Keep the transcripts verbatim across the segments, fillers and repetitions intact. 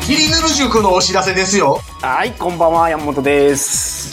キリヌル塾のお知らせですよ。 はい、こんばんは、山本です。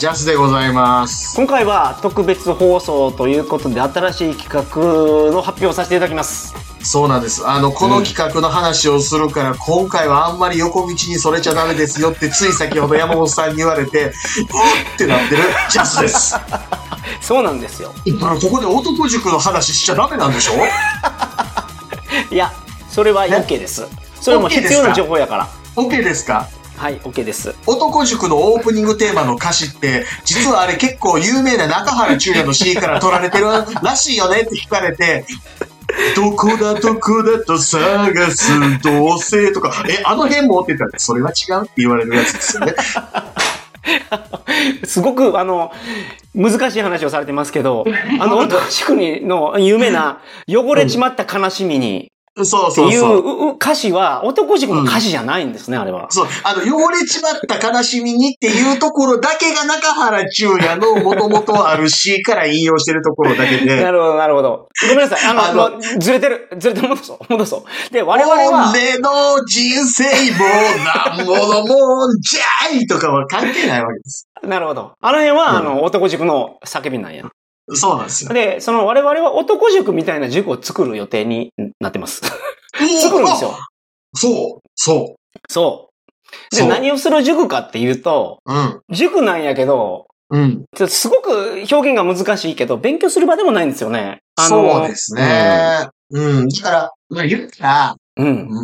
ジャスでございます。 今回は特別放送ということで、新しい企画の発表をさせていただきます。 そうなんです。あの、この企画の話をするから、うん、今回はあんまり横道にそれちゃダメですよって、つい先ほど山本さんに言われて、うってなってるジャスです。 そうなんですよ。 ここで男塾の話しちゃダメなんでしょいや、それは OK です。それも必要な情報やから。 OK ですか？ はい、OK です。 男塾のオープニングテーマの歌詞って、実はあれ結構有名な中原中也の C から取られてるらしいよねって聞かれて、どこだどこだと探すどうせとか、え、あの辺もって言ったら、それは違うって言われるやつですよね。 すごく、あの、難しい話をされてますけど、あの、男塾の有名な、汚れちまった悲しみに、 そうそうそう。 いう歌詞は男塾の歌詞じゃないんですね、うん、あれは。 そう。あの、汚れちまった悲しみにっていうところだけが中原中也の元々ある詩から引用してるところだけで。 なるほど、なるほど。ごめんなさい。あの、あのずれてる。ずれてる。戻そう。戻そう。で、我々は。 俺の人生もなんものもんじゃいとかは関係ないわけです。 なるほど。あの辺は、うん、あの、男塾の叫びなんや。 そうなんですよ。 で、その我々は男塾みたいな塾を作る予定になってます。作るんですよ。 そう、そう。 そう。で、何をする塾かっていうと、うん、塾なんやけど、うん、すごく表現が難しいけど、勉強する場でもないんですよね。 あのそうですね。うん。うん、だから、まあ、言ったら、うん、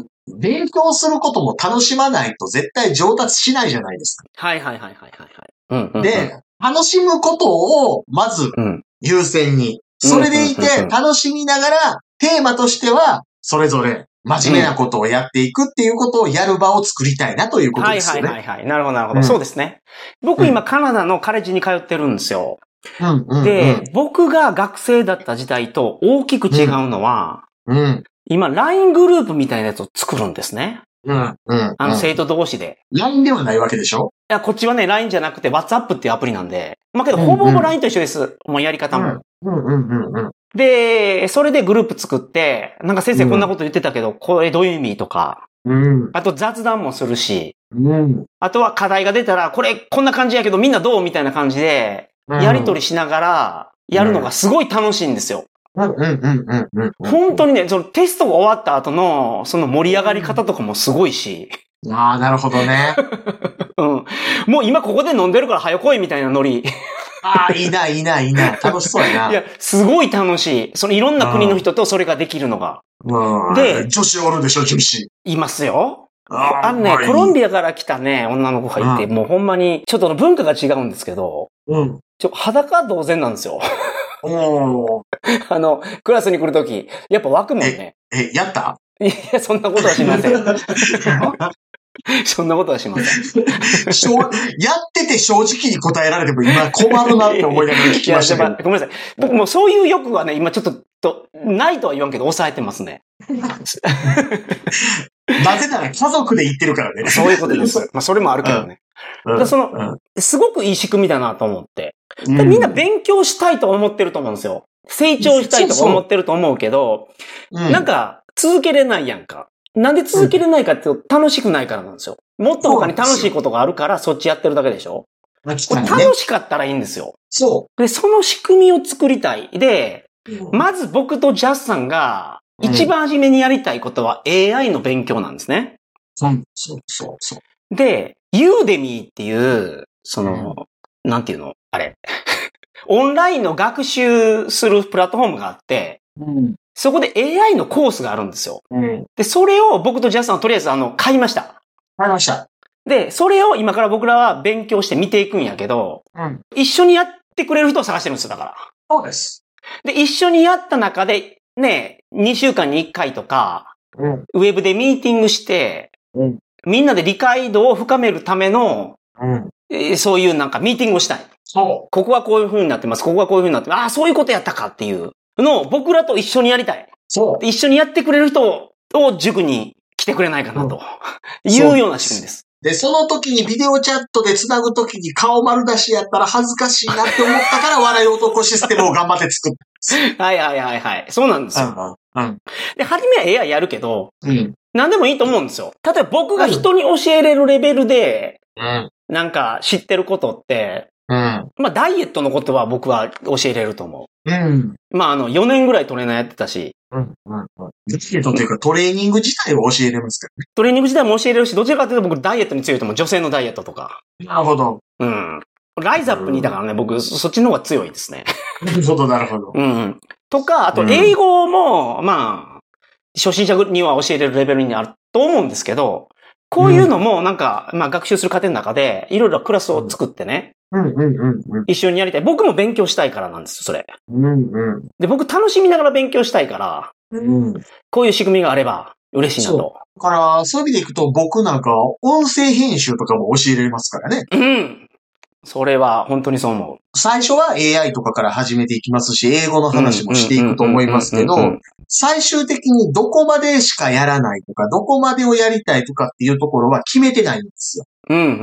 勉強することも楽しまないと絶対上達しないじゃないですか。 はいはいはいはいはい。うんうんうん、 で、楽しむことを、まず、優先に。うん、それでいて、楽しみながら、テーマとしては、それぞれ、真面目なことをやっていくっていうことをやる場を作りたいなということですよね。 はいはいはいはい。なるほどなるほど。うん、そうですね。僕今カナダのカレッジに通ってるんですよ。うんうんうん、で、僕が学生だった時代と大きく違うのは、うんうん、今 ライン グループみたいなやつを作るんですね。うんうんうん、あの生徒同士で。 ライン ではないわけでしょ？ いや、こっちはね、ライン じゃなくて WhatsApp っていうアプリなんで。まあけど、ほぼほぼ ライン と一緒です。うんうん、もうやり方も。うんうんうんうん、で、それでグループ作って、なんか先生こんなこと言ってたけど、うん、これどういう意味とか。うん、あと雑談もするし。うん、あとは課題が出たら、これこんな感じやけどみんなどうみたいな感じで、やりとりしながらやるのがすごい楽しいんですよ。本当にね、そのテストが終わった後の、その盛り上がり方とかもすごいし。 ああ、なるほどね。 うん。もう今ここで飲んでるから早来いみたいなノリ。 ああ、いいな、いいな、いいな。楽しそうやな。 いや、すごい楽しい。そのいろんな国の人とそれができるのが。 うん、で、女子おるでしょ、女子。 いますよ。ああのね、コロンビアから来たね、女の子がいて、もうほんまに、ちょっと文化が違うんですけど、うん。ちょ、裸同然なんですよ。おあの、クラスに来るとき、やっぱ湧くもんね。 え、え、やった？ いや、そんなことはしません。そんなことはしません。 やってて正直に答えられても今困るなって思いながら聞きましたけど。いや、 ごめんなさい。僕もそういう欲はね、今ちょっと、とないとは言わんけど抑えてますね。 なぜなら家族で行ってるからね。 そういうことです。まあそれもあるけどね。うん、その、うん、すごくいい仕組みだなと思って。でみんな勉強したいと思ってると思うんですよ。成長したいと思ってると思うけど、そうそう、なんか続けれないやんか。なんで続けれないかっていうと楽しくないからなんですよ。もっと他に楽しいことがあるからそっちやってるだけでしょ。これ楽しかったらいいんですよ。 そう。 で、その仕組みを作りたい。で、うん、まず僕とジャスさんが一番初めにやりたいことは エーアイ の勉強なんですね。 そう、そう、そう、そう。 で、ユーデミーっていう、その、うん、なんていうのあれ。オンラインの学習するプラットフォームがあって、うん、そこで エーアイ のコースがあるんですよ。うん、で、それを僕とジャスさんはとりあえずあの、買いました。 買いました。 で、それを今から僕らは勉強して見ていくんやけど、うん、一緒にやってくれる人を探してるんですよ、だから。 そうです。 で、一緒にやった中で、ね、にしゅうかんにいっかいとか、うん、ウェブでミーティングして、うん、みんなで理解度を深めるための、うんえー、そういうなんかミーティングをしたい。そう。ここはこういう風になってます。ここはこういう風になってます。ああ、そういうことやったかっていうのを僕らと一緒にやりたい。そう。一緒にやってくれる人を塾に来てくれないかなと、うん、いうような仕組みです。 で、その時にビデオチャットで繋ぐ時に顔丸出しやったら恥ずかしいなって思ったから笑い男システムを頑張って作った。 はいはいはいはい。そうなんですよ。うんうん、で、初めは エーアイ やるけど、うん、 何でもいいと思うんですよ。例えば僕が人に教えれるレベルで、うん、なんか知ってることって、うん、まあダイエットのことは僕は教えれると思う。うん、まああのよねんぐらいトレーナーやってたし。 うんうんうん、ダイエットというかトレーニング自体を教えれますからね。 トレーニング自体も教えれるし、どちらかというと僕ダイエットに強いと思う。女性のダイエットとか。 なるほど。 うん。ライズアップにいたからね、僕そっちの方が強いですね。 なるほど、なるほど。 うん。とか、あと英語も、うん、まあ、初心者には教えれるレベルにあると思うんですけど、こういうのもなんか、まあ学習する過程の中で、いろいろクラスを作ってね、うんうんうんうん、一緒にやりたい。僕も勉強したいからなんですよ、それ。うんうん、で、僕楽しみながら勉強したいから、うん、こういう仕組みがあれば嬉しいなと。 だから、そういう意味でいくと僕なんか音声編集とかも教えれますからね。 うん。それは本当にそう思う。 最初は エーアイ とかから始めていきますし、英語の話もしていくと思いますけど、最終的にどこまでしかやらないとか、どこまでをやりたいとかっていうところは決めてないんですよ。うん、うん、うん、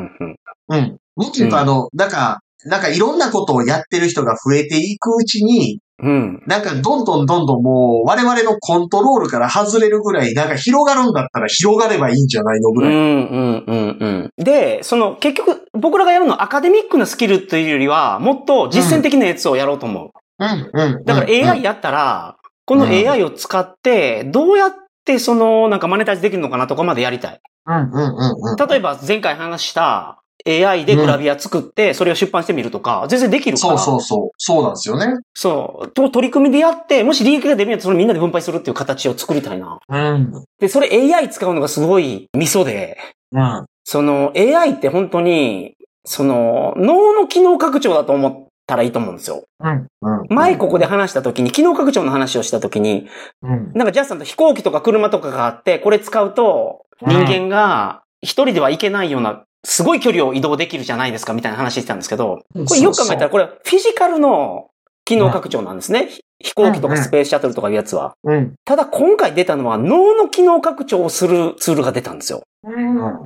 うん。うん。もっと言うとあの、なんか、なんかいろんなことをやってる人が増えていくうちに、うん。なんかどんどんどんどんもう我々のコントロールから外れるぐらいなんか広がるんだったら広がればいいんじゃないのぐらい。うんうんうんうん。で、その結局僕らがやるのはアカデミックなスキルというよりはもっと実践的なやつをやろうと思う。うんうんうん。だから エーアイ やったら、この エーアイ を使ってどうやってそのなんかマネタイズできるのかなとかまでやりたい。うんうんうんうん。例えば前回話したエーアイ でグラビア作って、それを出版してみるとか、全然できるから。 そうそうそう。そうなんですよね。 そう。と、取り組みでやって、もし利益が出るんやったらそれみんなで分配するっていう形を作りたいな。うん。で、それ エーアイ 使うのがすごいミソで、うん。その エーアイ って本当に、その、脳の機能拡張だと思ったらいいと思うんですよ。うん。うん。前ここで話した時に、機能拡張の話をした時に、うん。なんかジャスさんと飛行機とか車とかがあって、これ使うと、人間が一人では行けないような、すごい距離を移動できるじゃないですかみたいな話してたんですけど、これよく考えたらこれフィジカルの機能拡張なんですね。うん、飛行機とかスペースシャトルとかいうやつは。うん、ただ今回出たのは脳の機能拡張をするツールが出たんですよ。うん、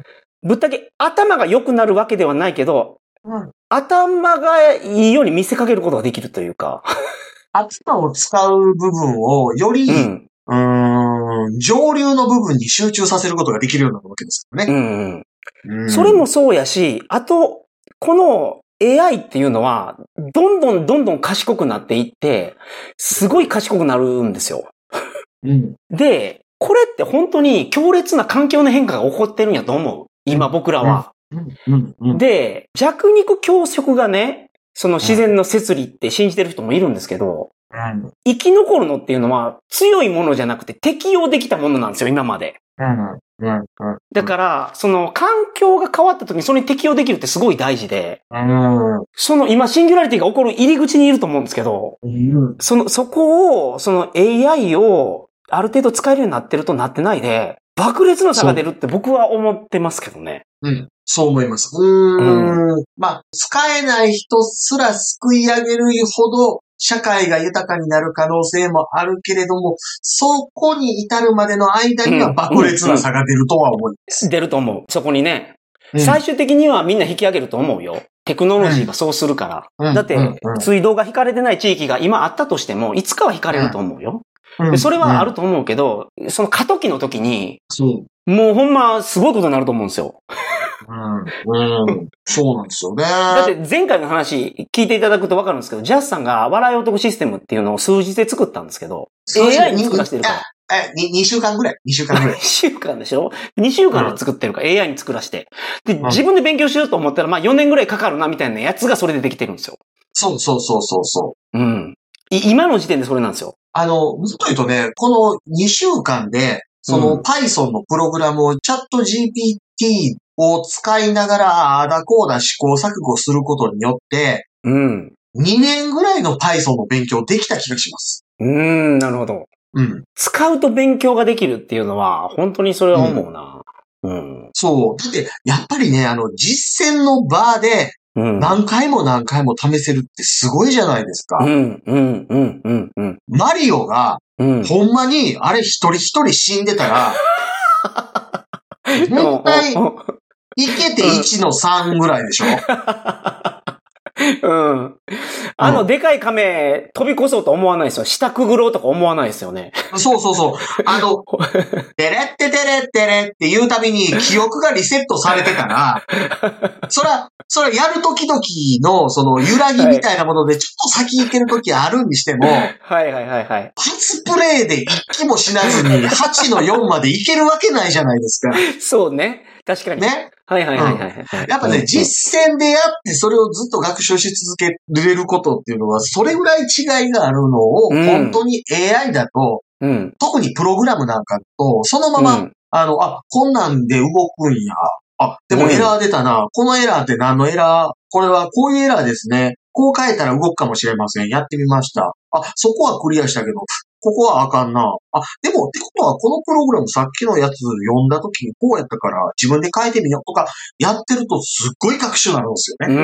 ぶっちゃけ頭が良くなるわけではないけど、うん、頭がいいように見せかけることができるというか。 頭を使う部分をより、うんうーん上流の部分に集中させることができるようになるわけですからね。うんうん、それもそうやし、あと、この エーアイ っていうのは、どんどんどんどん賢くなっていって、すごい賢くなるんですよ。うん、で、これって本当に強烈な環境の変化が起こってるんやと思う。今僕らは。うんうんうん、で、弱肉強食がね、その自然の摂理って信じてる人もいるんですけど、うん、生き残るのっていうのは強いものじゃなくて適応できたものなんですよ、今まで。うんうんうん、だから、その環境が変わった時にそれに適応できるってすごい大事で、うん、その今シンギュラリティが起こる入り口にいると思うんですけど、うん、その、そこを、その エーアイ をある程度使えるようになってるとなってないで、爆裂の差が出るって僕は思ってますけどね。 うん。そう思います。うーん。うん、まあ、使えない人すら救い上げるほど、社会が豊かになる可能性もあるけれども、そこに至るまでの間には爆裂な差が出るとは思います。 うんうんうん、出ると思う。そこにね、うん。最終的にはみんな引き上げると思うよ。テクノロジーがそうするから。うん、だって、うんうん、水道が引かれてない地域が今あったとしても、いつかは引かれると思うよ。うん、でそれはあると思うけど、うん、その過渡期の時に、もうほんますごいことになると思うんですよ。 うん、うん。そうなんですよね。 だって前回の話聞いていただくとわかるんですけど、ジャスさんが笑い男システムっていうのを数日で作ったんですけど、エーアイ に作らせてるから。 え、にしゅうかんぐらい ?に 週間ぐらい。 にしゅうかんでしょ ?に 週間で作ってるから、うん、エーアイ に作らせて。で、うん、自分で勉強しようと思ったら、まあよねんぐらいかかるなみたいなやつがそれでできてるんですよ。 そうそうそうそうそう。うん。 今の時点でそれなんですよ。 あの、ずっと言うとね、このにしゅうかんで、その Python のプログラムをチャット ジーピーティー を使いながら、あだこうだ試行錯誤することによって、うん。にねんぐらいの Python の勉強できた気がします。 うーん、なるほど。うん。使うと勉強ができるっていうのは、本当にそれは思うな。うん。うん、 そう。だって、やっぱりね、あの、実践の場で、何回も何回も試せるってすごいじゃないですか。うん、うん、うん、うん、うん。マリオが、うん、ほんまに、あれ一人一人死んでたら、絶対、いけていちのさんぐらいでしょうん。あの、でかい亀、飛び越そうと思わないですよ。下くぐろうとか思わないですよね。 そうそうそう。あの、てれっててれってれって言うたびに記憶がリセットされてたら、そら、それやるときどきの、その揺らぎみたいなものでちょっと先行けるときあるにしても、 はいはいはいはい。 初プレイで一気もしなずにはちのよんまでいけるわけないじゃないですか。 そうね。確かに。 ね。 はいはいはいはい、 うん。やっぱね、うん、実践でやってそれをずっと学習し続けれることっていうのは、それぐらい違いがあるのを、うん、本当に エーアイ だと、うん、特にプログラムなんかと、そのまま、うん、あの、あ、こんなんで動くんや。あ、でもエラー出たな。うん、このエラーって何のエラー？これはこういうエラーですね。こう変えたら動くかもしれません。やってみました。あ、そこはクリアしたけど、ここはあかんな。あ、でも、ってことは、このプログラムさっきのやつ読んだときにこうやったから、自分で変えてみようとか、やってるとすっごい学習になるんですよね。 うん、うん、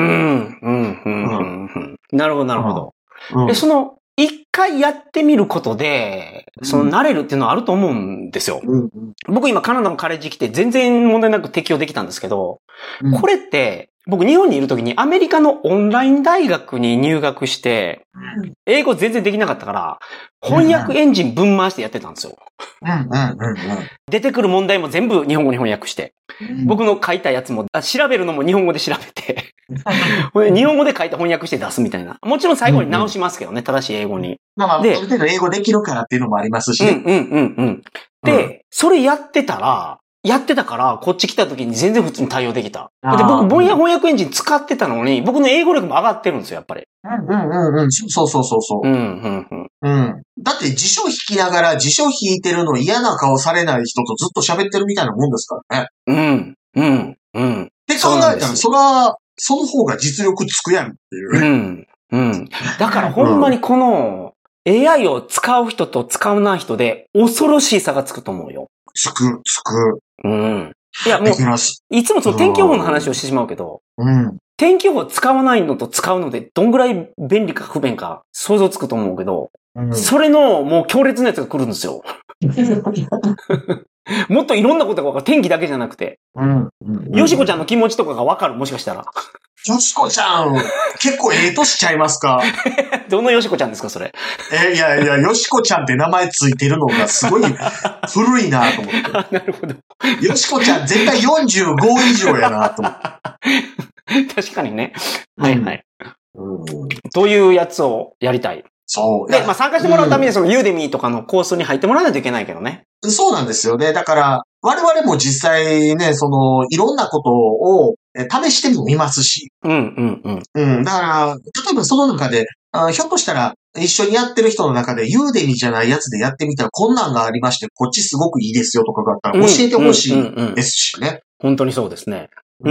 うん、うん。なるほど、なるほど。うん、で、その、一回やってみることで、その慣れるっていうのはあると思うんですよ。うんうん、僕今カナダのカレッジ来て全然問題なく適用できたんですけど、うん、これって、僕日本にいるときにアメリカのオンライン大学に入学して、英語全然できなかったから、翻訳エンジンぶん回してやってたんですよ。出てくる問題も全部日本語に翻訳して、僕の書いたやつも調べるのも日本語で調べて、日本語で書いて翻訳して出すみたいな。もちろん最後に直しますけどね、正しい英語に。 まあ、ある程度英語できるからっていうのもありますしね。 うんうんうんうん。で、それやってたら、やってたから、こっち来た時に全然普通に対応できた。で、僕、翻訳翻訳エンジン使ってたのに、僕の英語力も上がってるんですよ、やっぱり。 うんうんうんうん。そうそうそうそう。うんうんうん。うん。だって辞書引きながら辞書引いてるの嫌な顔されない人とずっと喋ってるみたいなもんですからね。 うん。うん。うん。 って考えたら、そら、その方が実力つくやんっていう。 うん。うん。だからほんまにこの エーアイ を使う人と使うない人で恐ろしい差がつくと思うよ。 つく、つく。 うん。いや、もう、いつもその天気予報の話をしてしまうけど、うん。天気予報使わないのと使うので、どんぐらい便利か不便か想像つくと思うけど、うん、それのもう強烈なやつが来るんですよ。もっといろんなことが分かる。天気だけじゃなくて。うん。よしこちゃんの気持ちとかが分かる。もしかしたら。 よしこちゃん、結構ええ年ちゃいますか？ どのよしこちゃんですか、それ。 え、いやいや、よしこちゃんって名前ついてるのがすごい古いなと思って。 なるほど。 よしこちゃん絶対よんじゅうご以上やなと思って。 確かにね。はいはい。うん、というやつをやりたい。 そう。 で、まあ参加してもらうためにそのユーデミーとかのコースに入ってもらわないといけないけどね。 そうなんですよね。だから、我々も実際ね、その、いろんなことを試してもみますし。 うんうんうん。 うん。だから、例えばその中で、あひょっとしたら、一緒にやってる人の中で、ユーデミーじゃないやつでやってみたら、こんなんがありまして、こっちすごくいいですよとかがあったら、教えてほしいですしね。 本当にそうですね。 うん。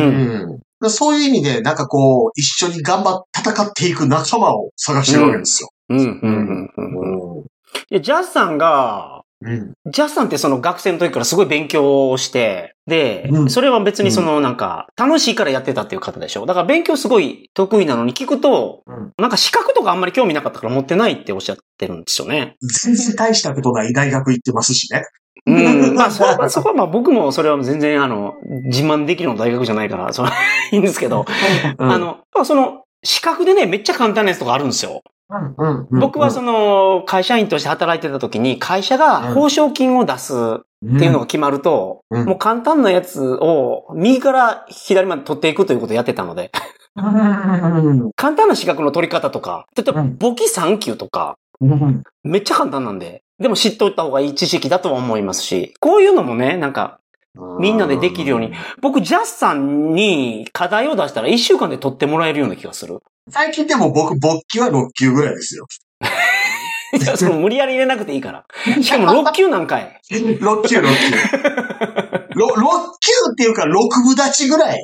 うん、そういう意味で、なんかこう、一緒に頑張って戦っていく仲間を探してるわけですよ。 うん、うん、うん、うん。いや、ジャズさんが、うん、ジャスさんってその学生の時からすごい勉強をして、で、うん、それは別にそのなんか楽しいからやってたっていう方でしょ。だから勉強すごい得意なのに聞くと、うん、なんか資格とかあんまり興味なかったから持ってないっておっしゃってるんですよね。 全然大したことない大学行ってますしね。 うん。まあそ、そこはまあ僕もそれは全然あの、自慢できるの大学じゃないから、それはいいんですけど、うん、あの、その、資格でね、めっちゃ簡単なやつとかあるんですよ。うんうんうん、僕はその会社員として働いてた時に会社が報奨金を出すっていうのが決まると、うんうん、もう簡単なやつを右から左まで取っていくということをやってたので、うん、簡単な資格の取り方とか、例えば簿記さん級とか、うん、めっちゃ簡単なんで、でも知っておいた方がいい知識だとは思いますし、こういうのもね、なんかみんなでできるように、僕ジャスさんに課題を出したらいっしゅうかんで取ってもらえるような気がする。 最近でも僕、簿記はろっ級ぐらいですよ。 いや、その無理やり入れなくていいから。しかもろっ級なんかい。 ろっ級、ろっ級。ろ、ろっ級っていうか、ろくぶ立ちぐらい。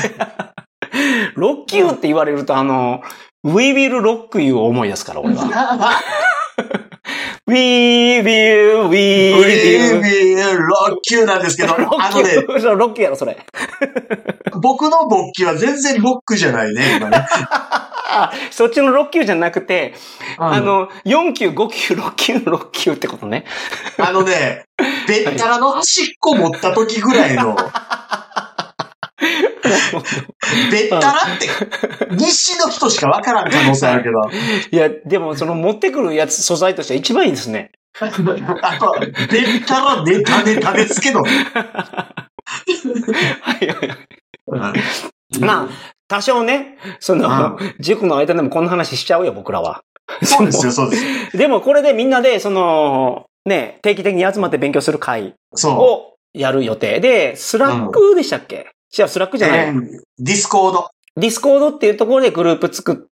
ろっ級って言われると、あの、We Will Rock You を思い出すから、俺は。We will, we will. We will, ろっ級なんですけど、あのね。 ろっ級やろ、それ。 僕の簿記は全然ロックじゃないね、今ね。 そっちのろっ級じゃなくて、うん、あの、よん級、ご級、ろっ級のろっ級ってことね。 あのね、べったらの端っこ持った時ぐらいの。 べったらって、西の人しかわからん可能性あるけど。 いや、でもその持ってくるやつ、素材としては一番いいですね。 あと、べったらネタネタですけどね。 はいはいはい。まあ、多少ね、その、うん、塾の間でもこんな話しちゃうよ、僕らは。 そうですよ、そうです。 でもこれでみんなで、その、ね、定期的に集まって勉強する会をやる予定で、スラックでしたっけ？違う、スラックじゃない、えー。 ディスコード。 ディスコードっていうところでグループ作って、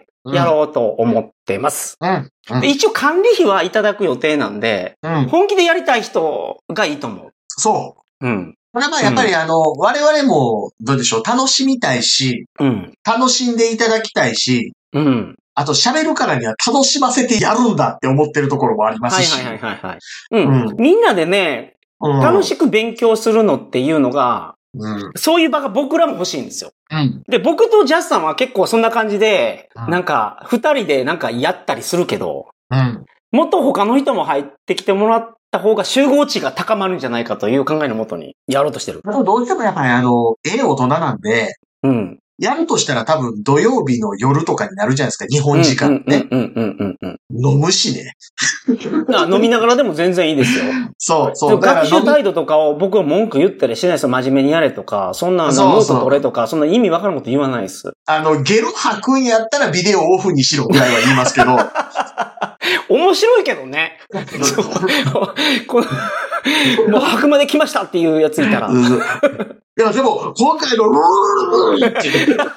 やろうと思ってます。 うんうん、 一応管理費はいただく予定なんで、うん、本気でやりたい人がいいと思う。 そう。 うん。 これはまあやっぱりあの、うん、我々もどうでしょう、楽しみたいし、 うん、 楽しんでいただきたいし、 うん、 あと喋るからには楽しませてやるんだって思ってるところもありますし。 はいはいはいはい、うん。うん。みんなでね、うん、楽しく勉強するのっていうのが、うん、そういう場が僕らも欲しいんですよ。 うん、 で、僕とジャスさんは結構そんな感じで、うん、なんか、二人でなんかやったりするけど、 うん、 もっと他の人も入ってきてもらった方が集合値が高まるんじゃないかという考えのもとにやろうとしてる。 どうしてもやっぱりあの、ええ大人なんで、 うん。 やるとしたら多分土曜日の夜とかになるじゃないですか、日本時間ね。 うんうんうんうんうん。 飲むしね。 あ、飲みながらでも全然いいですよ。 そうそう。 学習態度とかを僕は文句言ったりしないですよ。真面目にやれとか、そんなノート取れとか、そんな意味わからんこと言わないです。 あの、ゲロ吐くんやったらビデオオフにしろぐらいは言いますけど。 面白いけどね。このもう吐くまで来ましたっていうやついたら。 いや、でも、今回のルールって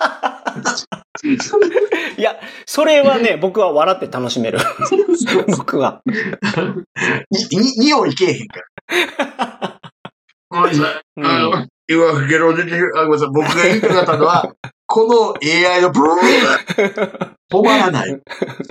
いや、それはね、僕は笑って楽しめる。僕は。 に、に、匂いけえへんから。ごめんなさい。あの、今、ゲロ出てる、あ、ごめんなさい。僕が言いたかったのは、この エーアイ のブルー止まらない。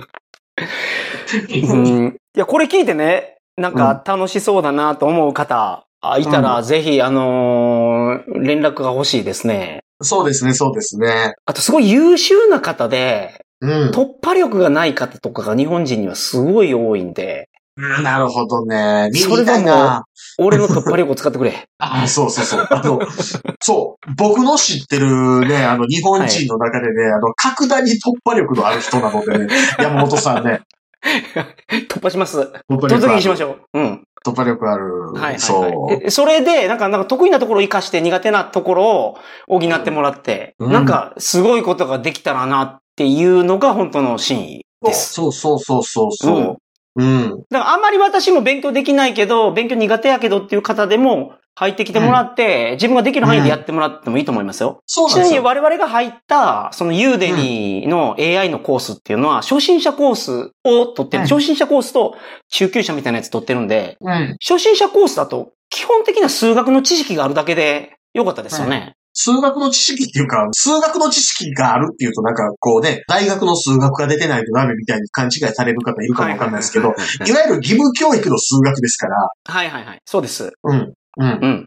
うん、いや、これ聞いてね、なんか楽しそうだなと思う方、うん、いたら、うん、ぜひ、あのー、連絡が欲しいですね。 そうですね、そうですね。 あと、すごい優秀な方で、 うん、 突破力がない方とかが日本人にはすごい多いんで。 うん、なるほどね。見それはもう、俺の突破力を使ってくれ。 ああ、そうそうそう。あの、そう。僕の知ってるね、あの、日本人の中でね、はい、あの、格段に突破力のある人なのでね、山本さんね。 突破します。突破力ある。突撃しましょう。うん。 突破力ある。 はいはい、はい。 そう。 それで、なんか、なんか得意なところを活かして苦手なところを補ってもらって、うん、なんか、すごいことができたらなっていうのが本当の真意です。 そうそうそうそうそう。うんうん。 だからあんまり私も勉強できないけど、勉強苦手やけどっていう方でも入ってきてもらって、うん、自分ができる範囲でやってもらってもいいと思いますよ。 そうなんですよ。 ちなみに我々が入った、そのユーデミの エーアイ のコースっていうのは、初心者コースを取ってる、うん、初心者コースと中級者みたいなやつ取ってるんで、 うん、 初心者コースだと基本的な数学の知識があるだけでよかったですよね。 うん数学の知識っていうか、数学の知識があるっていうとなんかこうね、大学の数学が出てないとダメみたいに勘違いされる方いるかもわかんないですけど、いわゆる義務教育の数学ですから。 はいはいはい。そうです。 うん。うん。 うん。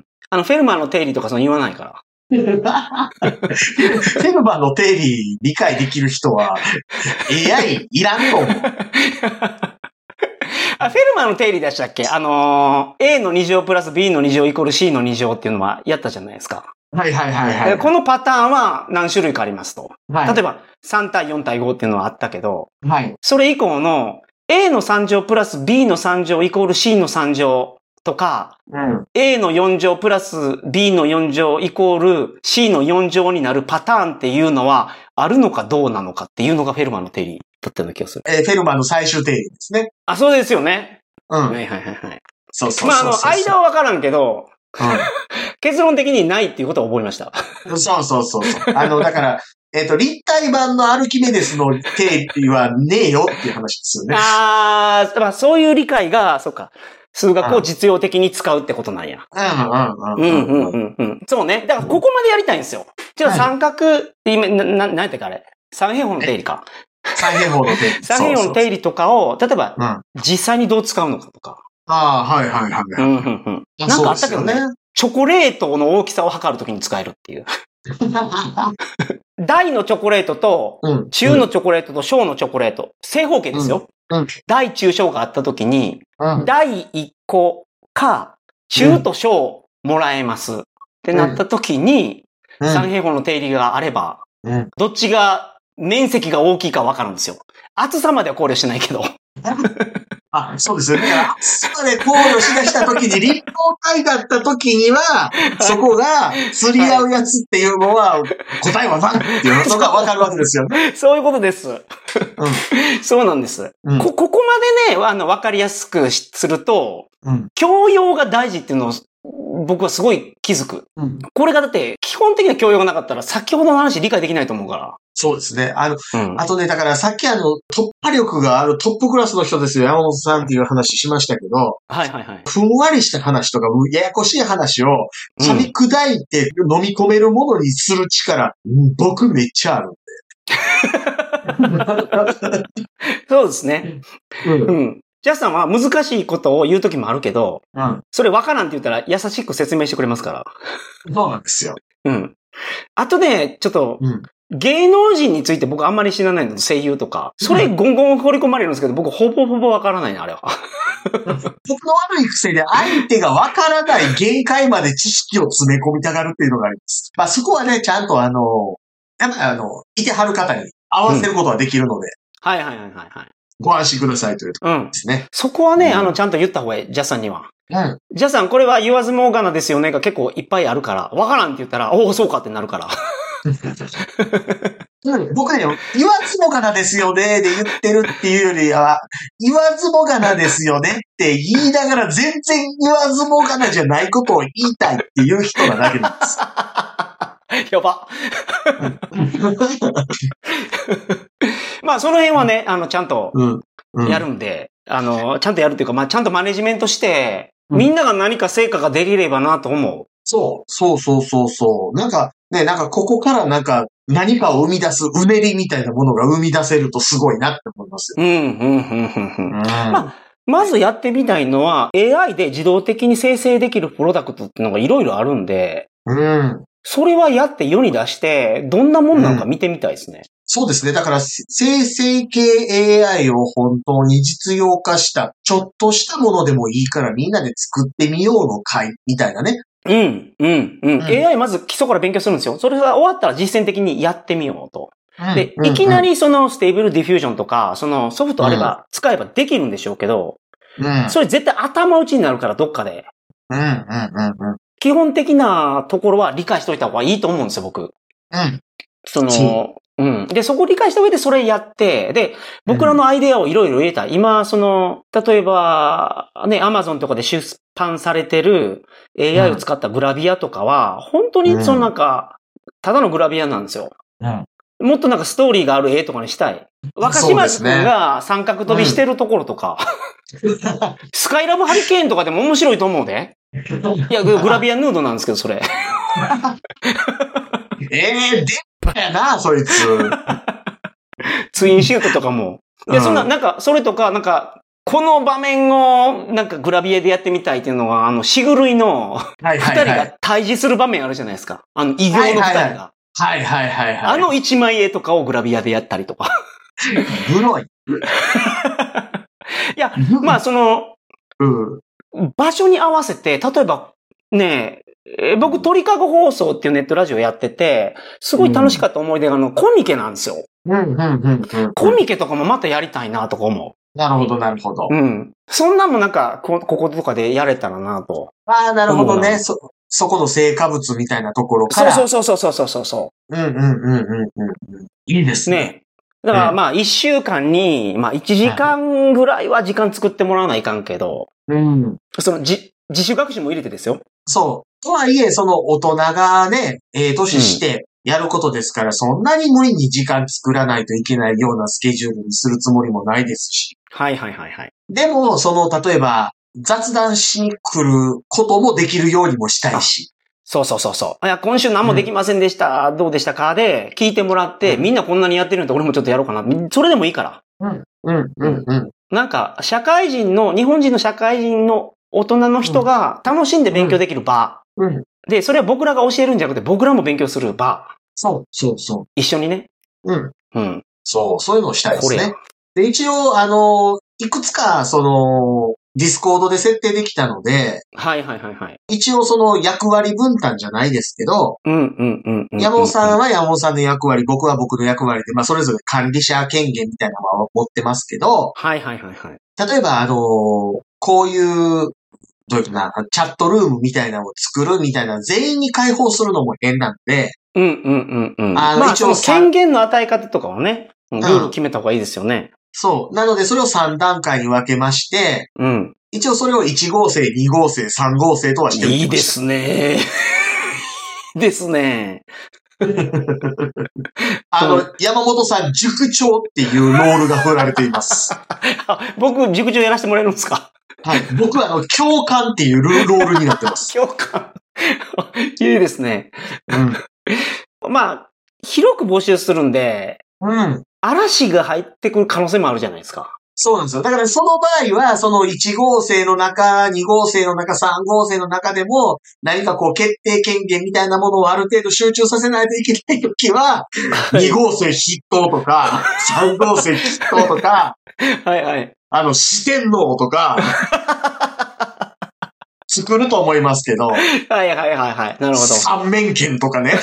あの、フェルマーの定理とかその言わないから。 フェルマーの定理理解できる人は エーアイ いらんと思う。 あ、フェルマーの定理でしたっけ？あのー、A のに乗プラス B のに乗イコール C のに乗っていうのはやったじゃないですか。 はいはいはいはい。 このパターンは何種類かありますと。 はい、 例えばさん対よん対ごっていうのはあったけど、 はい、 それ以降の A のさん乗プラス B のさん乗イコール C のさん乗とか、 うん、 A のよん乗プラス B のよん乗イコール C のよん乗になるパターンっていうのはあるのかどうなのかっていうのがフェルマーの定理だったような気がする。 えー、フェルマーの最終定理ですね。 あ、そうですよね。 うん。 はいはいはいはい。 そうそうそうそう。 まあ、あの、間はわからんけど、 うん、 結論的にないっていうことは覚えました。 そうそうそうそう。あの、だから、えっと、立体版のアルキメデスの定理はねえよっていう話ですよね。 ああ、まあそういう理解が、そうか。数学を実用的に使うってことなんや。 うんうんうんうんうんうん。そうね。だからここまでやりたいんですよ。じゃあ三角、今、な、な、なんていうかあれ。三平方の定理か。 三平方の定理。 三平方の定理とかを、例えば、うん、実際にどう使うのかとか。 ああ、はいはいはい。 うんうんうん。なんかあったけどね。チョコレートの大きさを測るときに使えるっていう。大のチョコレートと、中のチョコレートと小のチョコレート。正方形ですよ。 うん、 大中小があったときに、 うん、 大いっこか、中と小もらえます。ってなったときに、 さん平方の定理があれば、 うん、 どっちが面積が大きいかわかるんですよ。厚さまでは考慮してないけど。 あ、そうですよね。だから厚さまで考慮しだしたときに、立方体だったときには、そこが釣り合うやつっていうのは、答えは何っていうのがわかるわけですよね。 そういうことです。 うん、 そうなんです。うん、こ、ここまでね、あの、わかりやすくすると、うん、教養が大事っていうのを、僕はすごい気づく。うん、これがだって、基本的な教養がなかったら、先ほどの話理解できないと思うから。 そうですね。あの、うん、あとね、だからさっきあの、突破力があるトップクラスの人ですよ、山本さんっていう話しましたけど、 はいはいはい。 ふんわりした話とか、ややこしい話を噛み砕いて飲み込めるものにする力、うん、僕めっちゃあるんで。 そうですね。うん。うんジャスさんは難しいことを言うときもあるけど、うん、それ分からんって言ったら優しく説明してくれますから。 そうなんですよ。 うん。あとね、ちょっと、うん、芸能人について僕あんまり知らないの、声優とか。それゴンゴン掘り込まれるんですけど、僕ほぼほぼ分からないな、あれは。 僕の悪い癖で相手が分からない限界まで知識を詰め込みたがるっていうのがあります。まあそこはね、ちゃんとあの、やっぱあの、いてはる方に合わせることはできるので。 うん、はいはいはいはいはい。 ご安心くださいというところですね。うん、 そこはね、うん、あの、ちゃんと言った方がいい、ジャスさんには。 うん。 ジャスさん、これは言わずもがなですよねが結構いっぱいあるから、わからんって言ったら、おお、そうかってなるから。 僕ね、言わずもがなですよねで言ってるっていうよりは、言わずもがなですよねって言いながら全然言わずもがなじゃないことを言いたいっていう人なだけなんです。 やば。まあ、その辺はね、あの、ちゃんとやるんで、うんうん、あの、ちゃんとやるっていうか、まあ、ちゃんとマネジメントして、うん、みんなが何か成果ができればなと思う。 そう、そうそうそうそう。なんか、ね、なんかここからなんか何かを生み出すうねりみたいなものが生み出せるとすごいなって思いますよ。 うん、うん、うん、うん。まあ、まずやってみたいのは、エーアイ で自動的に生成できるプロダクトっていうのがいろいろあるんで、 うん。 それはやって世に出して、どんなもんなのか見てみたいですね。うん、 そうですね。だから、生成系 エーアイ を本当に実用化した、ちょっとしたものでもいいからみんなで作ってみようの会みたいなね。 うん、うん、うん。エーアイ まず基礎から勉強するんですよ。それが終わったら実践的にやってみようと。うん、で、いきなりそのステーブルディフュージョンとか、そのソフトあれば使えばできるんでしょうけど、うん、それ絶対頭打ちになるからどっかで。 うん、うん、うん。 基本的なところは理解しといた方がいいと思うんですよ、僕。 うん。 その、うん。で、そこを理解した上でそれやって、で、僕らのアイデアをいろいろ入れた。今、その、例えば、ね、アマゾンとかで出版されてる エーアイ を使ったグラビアとかは、本当にそのなんか、ただのグラビアなんですよ。うん。もっとなんかストーリーがある絵とかにしたい。若島くんが三角飛びしてるところとか、うん、スカイラブハリケーンとかでも面白いと思うで。いや、グラビアヌードなんですけど、それ。 ええー、でっぱやな、そいつ。 ツインシュートとかも。で、そんな、なんか、それとか、なんか、この場面を、なんかグラビアでやってみたいっていうのが、あの、シグルイの、二人が対峙する場面あるじゃないですか。あの、異形の二人が。 はいはいはいはい。 あの一枚絵とかをグラビアでやったりとか。 グロい。いや、まあ、その、うん、場所に合わせて、例えば、ねえ、僕、鳥かご放送っていうネットラジオやってて、すごい楽しかった思い出が、あの、コミケなんですよ。 うんうんうんうん、 コミケとかもまたやりたいなとか思う。なるほど、なるほど。 うん。そんなんもなんか、こ、こことかでやれたらなと。 ああ、なるほどね。そ、そこの成果物みたいなところから。 そうそうそうそうそうそうそう。 うんうんうんうんうん。いいですね。ね。 だからまあ、一週間に、まあ、一時間ぐらいは時間作ってもらわないかんけど。 うん。 その、じ、自主学習も入れてですよ。 そう。とはいえ、その大人がね、ええ年してやることですから、うん、そんなに無理に時間作らないといけないようなスケジュールにするつもりもないですし。 はいはいはいはい。 でも、その、例えば、雑談しに来ることもできるようにもしたいし。 そうそうそうそう。いや、今週何もできませんでした。うん、どうでしたかで、聞いてもらって、うん、みんなこんなにやってるんで俺もちょっとやろうかな。それでもいいから。 うん、うん、うん、うん。 なんか、社会人の、日本人の社会人の大人の人が楽しんで勉強できる場。 うん。 で、それは僕らが教えるんじゃなくて、僕らも勉強する場。 そう、そう、そう。 一緒にね。 うん。 うん。 そう、そういうのをしたいですね。で、一応、あの、いくつか、その、 ディスコードで設定できたので、 はいはいはいはい。 一応その役割分担じゃないですけど、 うんうんうんうん。 山本さんは山本さんの役割、僕は僕の役割で、まあそれぞれ管理者権限みたいなのは持ってますけど、 はいはいはいはい。 例えばあのーこういう、どういうかな、チャットルームみたいなのを作るみたいな、全員に開放するのも変なんで、 うんうんうんうん。 あの、 まあ、その一応さ権限の与え方とかはね、ルール決めた方がいいですよね。 そう。なので、それをさん段階に分けまして、 うん。 一応それをいち号生、に号生、さん号生とはしておきました。 いいですね。ですね。 あの、山本さん、塾長っていうロールが振られています。 僕、塾長やらせてもらえるんですか？ はい。僕は、あの、教官っていうロールになってます。 教官。いいですね。うん。まあ、広く募集するんで、うん。嵐が入ってくる可能性もあるじゃないですか。 そうなんですよ。だからその場合は、そのいち号生の中、に号生の中、さん号生の中でも、何かこう決定権限みたいなものをある程度集中させないといけないときは、はい、に号生筆頭とか、さん号生筆頭とか、 はいはい。 あの、四天王とか、作ると思いますけど。はいはいはいはい。なるほど。 三面剣とかね。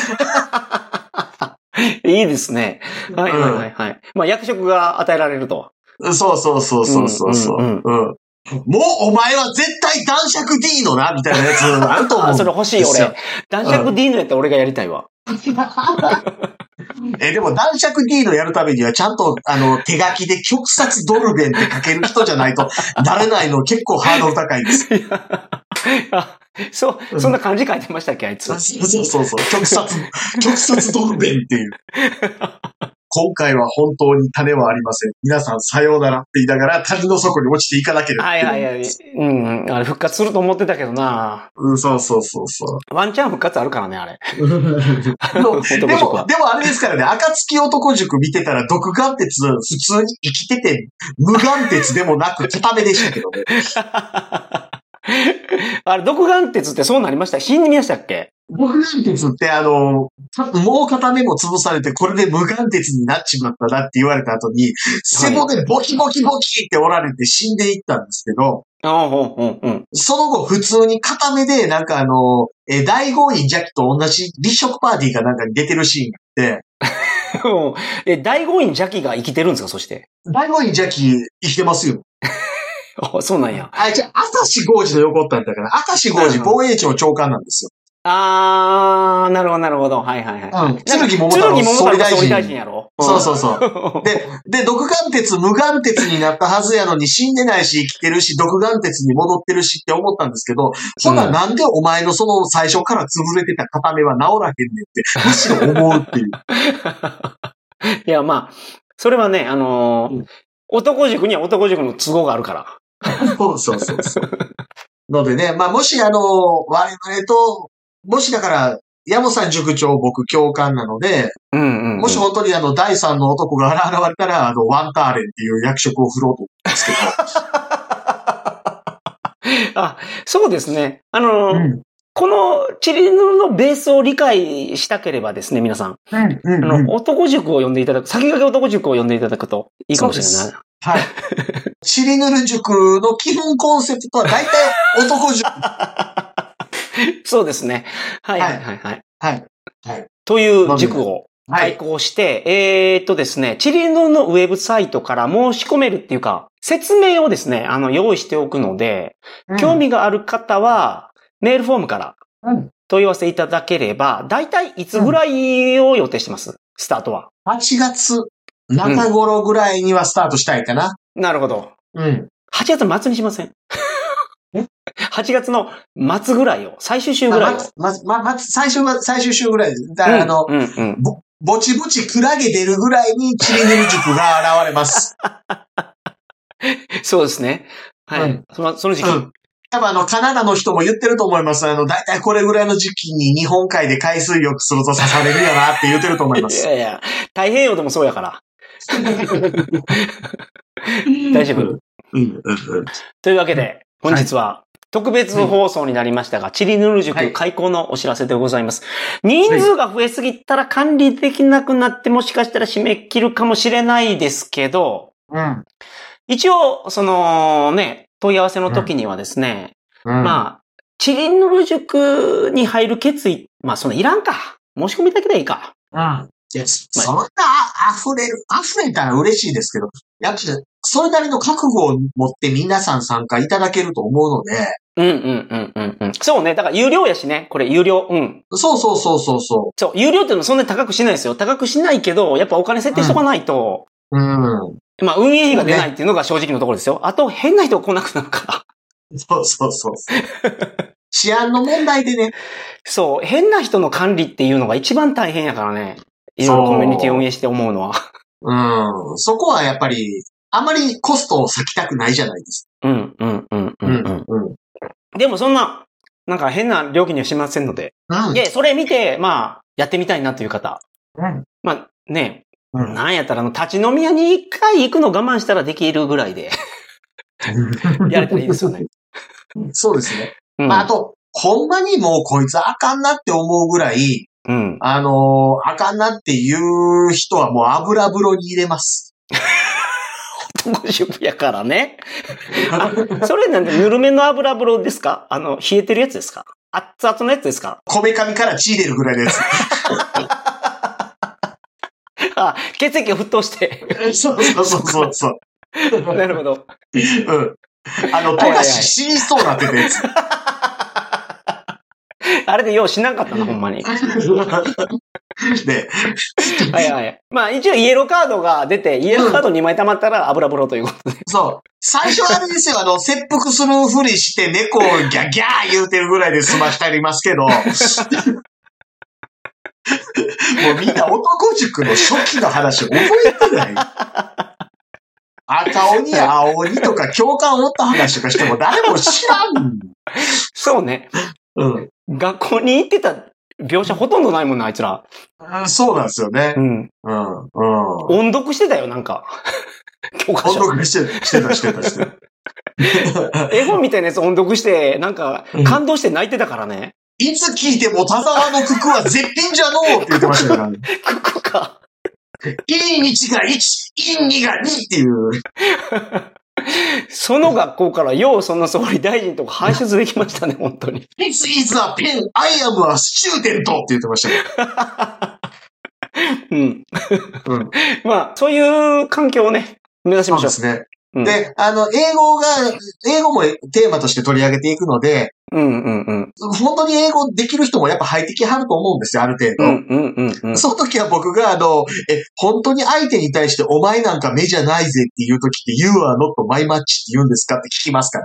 いいですね。はいはいはいはい。うん、まあ役職が与えられると。 そうそうそうそうそうそう、うんうんうんうん。もうお前は絶対男爵 D のなみたいなやつあると思う。 あ、それ欲しい俺。男爵 D のやったら俺がやりたいわ。 え、でも男爵 D のやるためにはちゃんとあの手書きで極殺ドルベンって書ける人じゃないとなれないの結構ハードル高いんです。 あ、そう、そんな漢字書いてましたっけあいつ。 そうそうそう。極殺、極殺ドルベンっていう。今回は本当に種はありません。皆さんさようならって言いながら谷の底に落ちていかなければ。 はいはいはい。うん。あれ復活すると思ってたけどな。 うん、そうそうそうそう。 ワンチャン復活あるからね、あれ。 でも、でもあれですからね、暁男塾見てたら毒眼鉄普通に生きてて、無眼鉄でもなく固めでしたけどね。 あれ、毒眼鉄ってそうなりました？死んでみましたっけ？ 毒眼鉄ってあの、もう片目も潰されて、これで無眼鉄になっちまったなって言われた後に、背骨でボキボキボキって折られて死んでいったんですけど、その後普通に片目で、なんかあの、え、大豪院邪気と同じ立食パーティーかなんかに出てるシーンがあって、 え、大豪院邪気が生きてるんですか、そして。 大豪院邪気生きてますよ。 あ、そうなんや。 あ、じゃあ、明石豪司の横ったんだから、明石豪司防衛庁長官なんですよ。 あー、なるほど、なるほど。はいはいはい。 うん。剣桃太郎総理大臣。 総理大臣やろ。 そうそうそう。で、で、毒眼鉄、無眼鉄になったはずやのに死んでないし生きてるし、毒眼鉄に戻ってるしって思ったんですけど、そんななんでお前のその最初から潰れてた片目は治らへんねんって、むしろ思うっていう。 いや、まあ、それはね、あのーうん、男塾には男塾の都合があるから。 そうそうそうそう。のでね、まあもしあの、我々と、もしだから、山本さん塾長、僕教官なので、うんうんうん、もし本当にあの、第三の男が現れたら、あの、ワンターレンっていう役職を振ろうと思うんですけど。あ、そうですね。あのー、うん、このチリヌのベースを理解したければですね、皆さん。うんうんうん、あの、男塾を呼んでいただく、先駆け男塾を呼んでいただくといいかもしれない。 はい。チリヌル塾の基本コンセプトは大体男塾。 そうですね。はいはいはいはい。 はい。はい。 という塾を開講して、はい、えーっとですね、チリヌのウェブサイトから申し込めるっていうか、説明をですね、あの、用意しておくので、うん、興味がある方は、メールフォームから問い合わせいただければ、だいたいいつぐらいを予定してます、スタートは。 はちがつ中頃ぐらいにはスタートしたいかな。 うん、なるほど。 うん。 はちがつの末にしませんはちがつの末ぐらいを、最終週ぐらいを。 ま、ま、ま、最終、最終週ぐらいです。だから、あの、うんうんうん、ぼ、ぼちぼちクラゲ出るぐらいにチリヌル塾が現れます。 そうですね。はい。うん、その、その時期。うん多分あの、カナダの人も言ってると思います。あの、だいたいこれぐらいの時期に日本海で海水浴すると刺されるやなって言ってると思います。 いやいや、太平洋でもそうやから。大丈夫、うん、というわけで、本日は特別放送になりましたが、はい、チリヌル塾開講のお知らせでございます。はい、人数が増えすぎたら管理できなくなってもしかしたら締め切るかもしれないですけど、うん、一応、そのね、 問い合わせの時にはですね、 うん、 まあ、チリンヌル塾に入る決意、まあ、そのいらんか。申し込みだけでいいか。 うん。いや、そんな溢れる、溢れたら嬉しいですけど、やっぱり、それなりの覚悟を持って皆さん参加いただけると思うので。 うんうんうんうんうん。そうね。だから有料やしね。これ有料。うん。 そうそうそうそうそう。 そう。有料っていうのはそんなに高くしないですよ。高くしないけど、やっぱお金設定しとかないと。 うん。うん、 まあ、運営費が出ないっていうのが正直なところですよ。あと、変な人が来なくなるから。 そうそうそう。治安の問題でね。 そう。変な人の管理っていうのが一番大変やからね。いろいろコミュニティを運営して思うのは。 うん。そこはやっぱり、あまりコストを割きたくないじゃないですか。うん、うん、うん、うん。うん。でもそんな、なんか変な料金にはしませんので。うん。で、それ見て、まあ、やってみたいなという方。うん。まあ、ね。うん、なんやったら、あの、立ち飲み屋に一回行くの我慢したらできるぐらいで。やれたらいいですよね。 そうですね。うん、まあ、あと、ほんまにもうこいつあかんなって思うぐらい、うん。あのー、あかんなっていう人はもう油風呂に入れます。 男主婦やからね。それなんで、ぬるめの油風呂ですか？あの、冷えてるやつですか？熱々のやつですか？ こめかみから血入れるぐらいのやつ。 あ、血液を沸騰して。 そうそうそうそうそう。 なるほど。 うん。あの、富樫死にそうなってたやつ。 あれでようしなかったな、ほんまに。 で、 はいはい。まあ一応イエローカードが出て、イエローカードにまい溜まったら油風呂ということで。 そう。最初はあれですよ、あの、切腹するふりして猫をギャギャー言うてるぐらいで済ましてありますけど、もうみんな男塾の初期の話覚えてない。赤鬼、青鬼とか共感を持った話とかしても誰も知らん。 そうね。うん。学校に行ってた描写ほとんどないもんな、あいつら。 うん、そうなんですよね。うん。うん。うん。 音読してたよ、なんか。 教科書。音読してた、してた、してた、してた。絵本みたいなやつ音読して、なんか、感動して泣いてたからね。 うん、いつ聞いても田沢の九九は絶品じゃのうって言ってましたからね。 九九か。 いい日がいち、いいにがにっていう。 その学校からようその総理大臣とか輩出できましたね、本当に。 This is a pen, I am a student って言ってましたね。 うん。うん。まあ、そういう環境をね、目指しましょう。 そうですね。うん、で、あの、英語が、英語もテーマとして取り上げていくので、うんうんうん。本当に英語できる人もやっぱ入ってきはると思うんですよ、ある程度。うんうんうんうん。その時は僕があの、え、本当に相手に対してお前なんか目じゃないぜっていう時って You are not my match って言うんですかって聞きますから。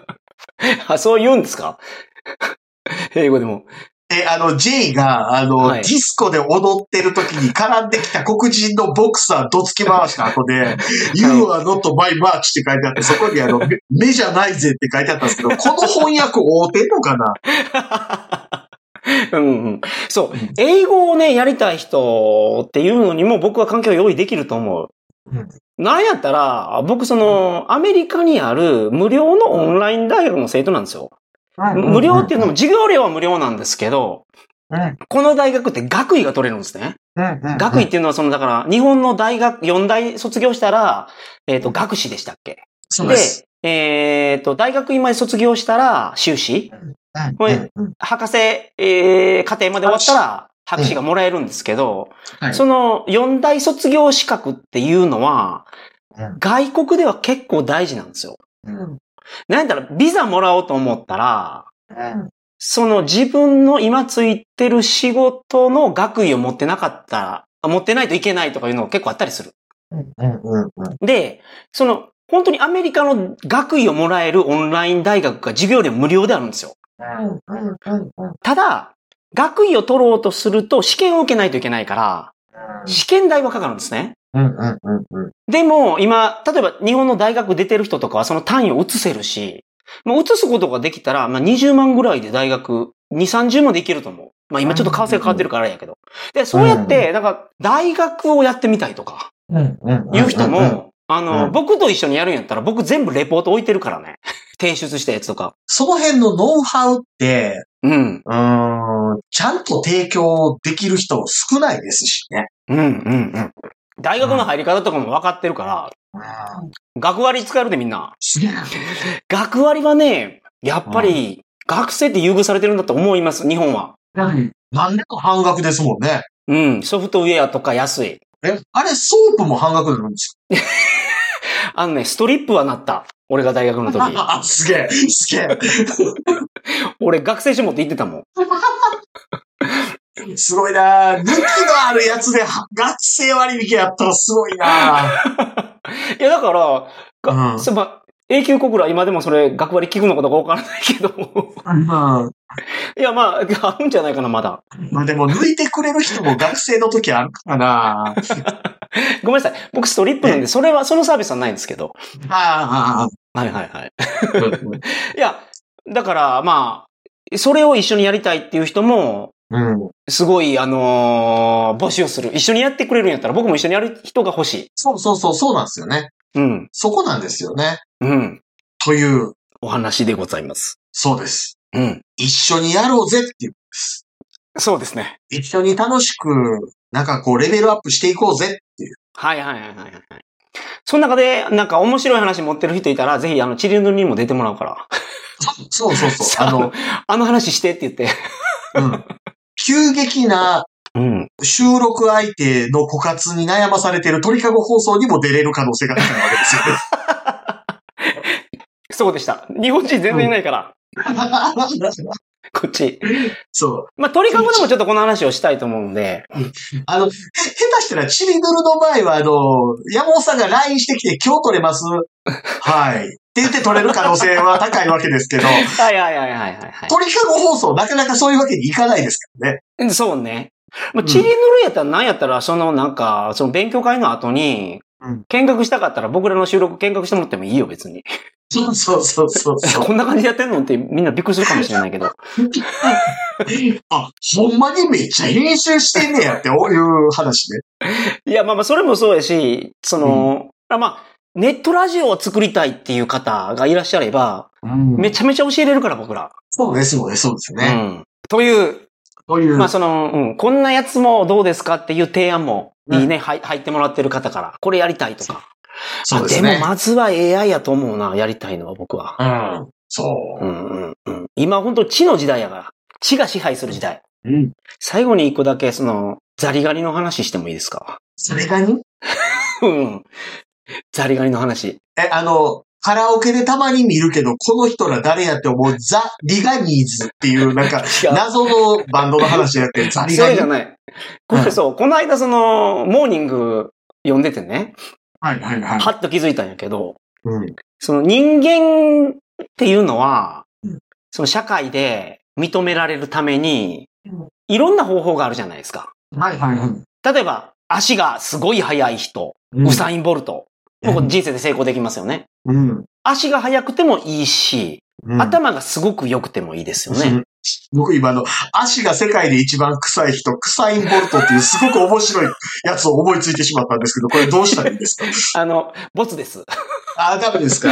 あ、そう言うんですか？英語でも。 え、あの、J が、あの、はい、ディスコで踊ってる時に絡んできた黒人のボクサーどつき回した後で、You are not my match って書いてあって、そこにあの、目じゃないぜって書いてあったんですけど、この翻訳合うてんのかな？ うんうん、そう。英語をね、やりたい人っていうのにも僕は環境を用意できると思う。うん、なんやったら、僕その、アメリカにある無料のオンライン大学の生徒なんですよ。無料っていうのも授業料は無料なんですけど、うん、この大学って学位が取れるんですね。うんうんうん、学位っていうのはその、だから、日本の大学、よん大卒業したら、えっと、学士でしたっけ？ そうです。 で、えっと、大学院まで卒業したら、修士。うんうんうん、博士、えー、課程まで終わったら、博士がもらえるんですけど、うんはい、そのよん大卒業資格っていうのは、うん、外国では結構大事なんですよ。うんなんだろう、ビザもらおうと思ったら、うん、その自分の今ついてる仕事の学位を持ってなかったら、持ってないといけないとかいうのが結構あったりする。うんうんうん、で、その、本当にアメリカの学位をもらえるオンライン大学が授業料無料であるんですよ。うんうんうん、ただ、学位を取ろうとすると試験を受けないといけないから、試験代はかかるんですね。うんうんうんうん、でも、今、例えば日本の大学出てる人とかはその単位を移せるし、まあ、移すことができたら、まあ、にじゅうまんぐらいで大学、に、さんじゅうまんでいけると思う。まあ、今ちょっと為替が変わってるからやけど。で、そうやって、なんか、大学をやってみたいとか、いう人も、あの、僕と一緒にやるんやったら、僕全部レポート置いてるからね。提出したやつとか。 その辺のノウハウって、うん。うーん、ちゃんと提供できる人少ないですしね。 うんうんうん。 大学の入り方とかも分かってるから、うん、学割使えるでみんな。 すげえ。 学割はね、やっぱり、学生って優遇されてるんだと思います、日本は。 なんでも半額ですもんね。 うん、ソフトウェアとか安い。 え、あれ、ソープも半額なんですか？ あのね、ストリップはなった。俺が大学の時。 あ、すげえ、すげえ。 俺学生証持って行ってたもん。 すごいなぁ。抜きのあるやつで学生割引やったらすごいなぁ。 いや、だから、 うん、 そま永久小倉今でもそれ学割聞くのかどうかわからないけど。うん、いや、まあ、あるんじゃないかな、まだ。 まあでも抜いてくれる人も学生の時あるかなごめんなさい。僕ストリップなんで、それは、そのサービスはないんですけど。 ああ、はいはいはい。いや、だから、まあ、それを一緒にやりたいっていう人も、うん、すごい、あのー、募集する。一緒にやってくれるんやったら僕も一緒にやる人が欲しい。 そうそうそう、そうなんですよね。 うん。 そこなんですよね。 うん。 という。 お話でございます。 そうです。 うん。 一緒にやろうぜっていうです。 そうですね。 一緒に楽しく、なんかこう、レベルアップしていこうぜっていう。 はいはいはいはいはい。その中で、なんか面白い話持ってる人いたら、ぜひあの、チリヌルにも出てもらうから。 そうそうそう。あの、 あの話してって言って。 うん。急激な収録相手の枯渇に悩まされている鳥かご放送にも出れる可能性が高いわけですよね。 そうでした。日本人全然いないから。うん、こっち。 そう。 まあ、鳥かごでもちょっとこの話をしたいと思うんで。 あの、へ、下手したらチリヌルの場合は、あの、山本さんが ライン してきて今日取れますはい。って言って取れる可能性は高いわけですけど。 はいはいはいはいはい。 鳥かご放送なかなかそういうわけにいかないですからね。そうね。まあ、チリヌルやったら何やったら、そのなんか、その勉強会の後に、見学したかったら僕らの収録見学してもらってもいいよ、別に。 そうそうそうそうそう。 こんな感じでやってんのってみんなびっくりするかもしれないけど。 あ、ほんまにめっちゃ編集してんねやっていう話ね。 いや、まあまあ、それもそうやし、その、うん、まあ、ネットラジオを作りたいっていう方がいらっしゃれば、うん、めちゃめちゃ教えれるから、僕ら。 そうです、そうです、そうですね。 うん。という、 という。 まあ、その、うん、こんなやつもどうですかっていう提案もいいね、うん、入ってもらってる方から、これやりたいとか。そうですね。でもまずは エーアイ やと思うな、やりたいのは僕は。 うん。そう。 うんうんうん。今本当知の時代やから。知が支配する時代。うん。最後に一個だけその、ザリガニの話してもいいですか？ ザリガニ？ うん。ザリガニの話。 え、あの、カラオケでたまに見るけど、この人ら誰やって思うザ・リガニーズっていうなんか、謎のバンドの話やってるザリガニ。 それじゃない。これそう、うん、この間その、モーニング読んでてね。 はいはいはい。 はっと気づいたんやけど、 うん、 その人間っていうのは、うん、その社会で認められるために、いろんな方法があるじゃないですか。 はいはいはい。 例えば、足がすごい速い人、うん、ウサイン・ボルト。もう人生で成功できますよね。 うん、 足が速くてもいいし、うん、頭がすごく良くてもいいですよね。うん、 僕今の、足が世界で一番臭い人、クサイン・ボルトっていうすごく面白いやつを思いついてしまったんですけど、これどうしたらいいですか？ あの、ボツです。 あ、ダメですか？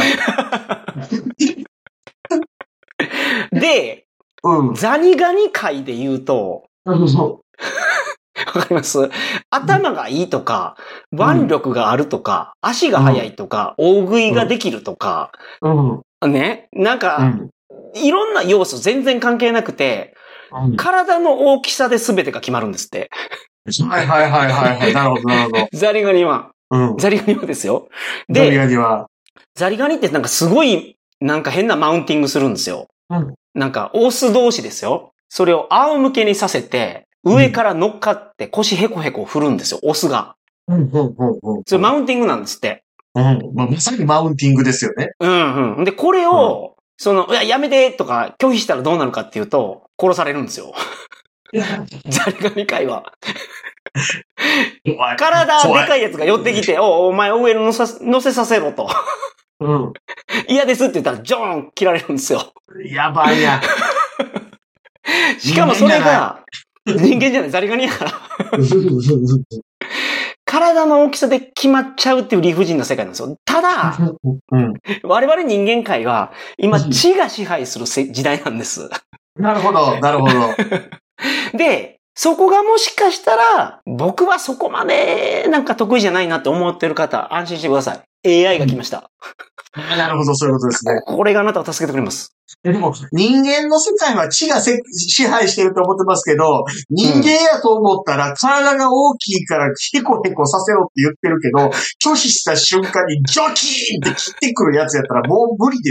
で、うん、ザリガニ界で言うと、わかります？頭がいいとか、腕力があるとか、うん、足が速いとか、うん、大食いができるとか、うん、ね、なんか、うん、いろんな要素全然関係なくて、うん、体の大きさで全てが決まるんですって。 はいはいはいはいはい。なるほどなるほど。 ザリガニは。うん、ザリガニはですよ。で、 ザリガニは。 ザリガニってなんかすごい、なんか変なマウンティングするんですよ。うん、なんか、オス同士ですよ。それを仰向けにさせて、上から乗っかって腰ヘコヘコ振るんですよ、オスが。 うんうんうんうん、 それマウンティングなんですって。 うん。まあ、まさにマウンティングですよね。 うんうん。で、これを、うん、その、いや、やめてとか拒否したらどうなるかっていうと、殺されるんですよ。ザリガニ界は。体でかいやつが寄ってきて、お、お前上に乗せ、乗せさせろと。うん。嫌ですって言ったら、ジョーン切られるんですよ。 やばいや。 しかもそれが、人間じゃない、ザリガニやから。体の大きさで決まっちゃうっていう理不尽な世界なんですよ。ただ、うん、我々人間界は、今、知が支配する時代なんです。 なるほど、なるほど。 で、 そこがもしかしたら、僕はそこまでなんか得意じゃないなって思ってる方、安心してください。エーアイ が来ました。 なるほど、そういうことですね。 これがあなたを助けてくれます。 でも、人間の世界は知がせ支配してると思ってますけど、人間やと思ったら体が大きいからヘコヘコさせろって言ってるけど、拒否した瞬間にジョキーンって切ってくるやつやったらもう無理です。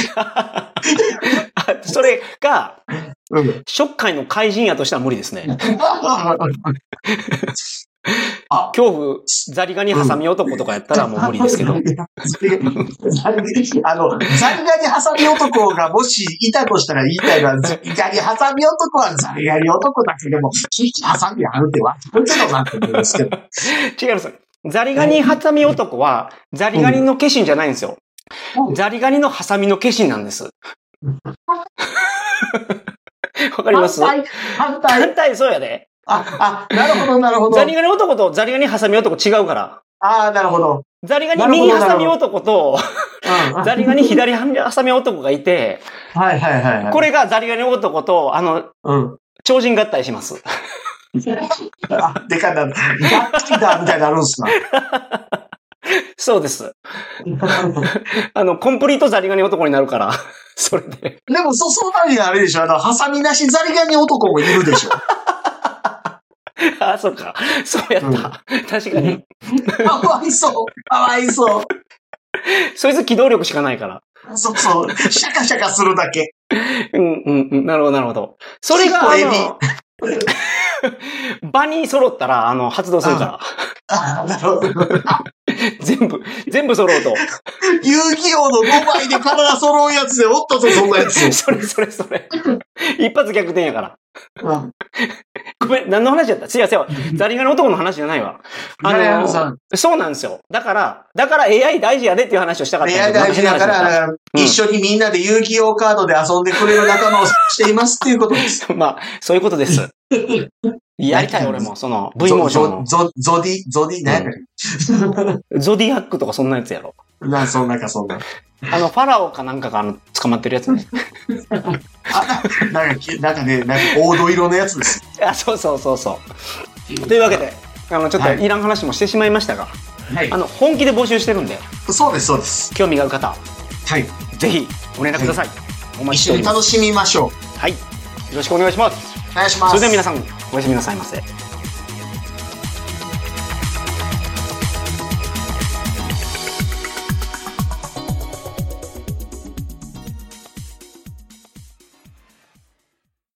それが、 うん、 ショッカイの怪人やとしたら無理ですね。あ、恐怖、ザリガニハサミ男とかやったらもう無理ですけど。あの、 ザリガニハサミ男がもしいたとしたら言いたいのは、ザリガニハサミ男はザリガニ男だけでも、ハサミあるってわかるけどなって思うんですけど。 違います。ザリガニハサミ男は、ザリガニの化身じゃないんですよ。うん、ザリガニのハサミの化身なんです。わかります？ 反対反対反対そうやで。 あ、あ、なるほど、なるほど。 ザリガニ男とザリガニハサミ男違うから。 ああ、なるほど。 ザリガニ右ハサミ男と、ザリガニ左ハサミ男がいて、 はいはいはい、はい。 これがザリガニ男と、あの、うん、超人合体します。 あ、でかいな。ガッチだみたいになるんすか？ そうです。あの、コンプリートザリガニ男になるから、それで。 でも、そ、そうなりあれでしょ。あの、ハサミなしザリガニ男もいるでしょ。 あ、そっか。そうやった。うん、確かに。 かわいそう。かわいそう。 そいつ機動力しかないから。 そうそう。シャカシャカするだけ。 うんうんうん。なるほど、なるほど。それが、あの、場に揃ったら、あの、発動するから。 ああ、なるほど。 全部、全部揃うと。 遊戯王のごばいで体揃うやつでおったぞ、そんなやつ。 それそれそれ。一発逆転やから。うん、ごめん、何の話やった？違う違う。ザリガニ男の話じゃないわ。あの、そうなんですよ。だから、だから エーアイ 大事やでっていう話をしたかった。 エーアイ 大事だから、だからうん、一緒にみんなで遊戯王カードで遊んでくれる仲間をしていますっていうことです。 まあ、そういうことです。やりたい俺も、その、V モーションの。 ゾ、ゾディ、ゾディ、ね、 うん、ゾディアックとかそんなやつやろ。 な、そんなか、そんな。 あの、ファラオかなんかがあの、捕まってるやつね。 あ、なんか、なんかね、なんか黄土色のやつです。 あ、そうそうそうそう。というわけで、あの、ちょっといらん話もしてしまいましたが、はい、あの、本気で募集してるんで。 そうです、そうです。 興味がある方。 はい。 ぜひ、お連絡ください。はい、お待ちしております。 一緒に楽しみましょう。はい。よろしくお願いします。 お願いします。 それでは皆さん、おやすみなさいませ。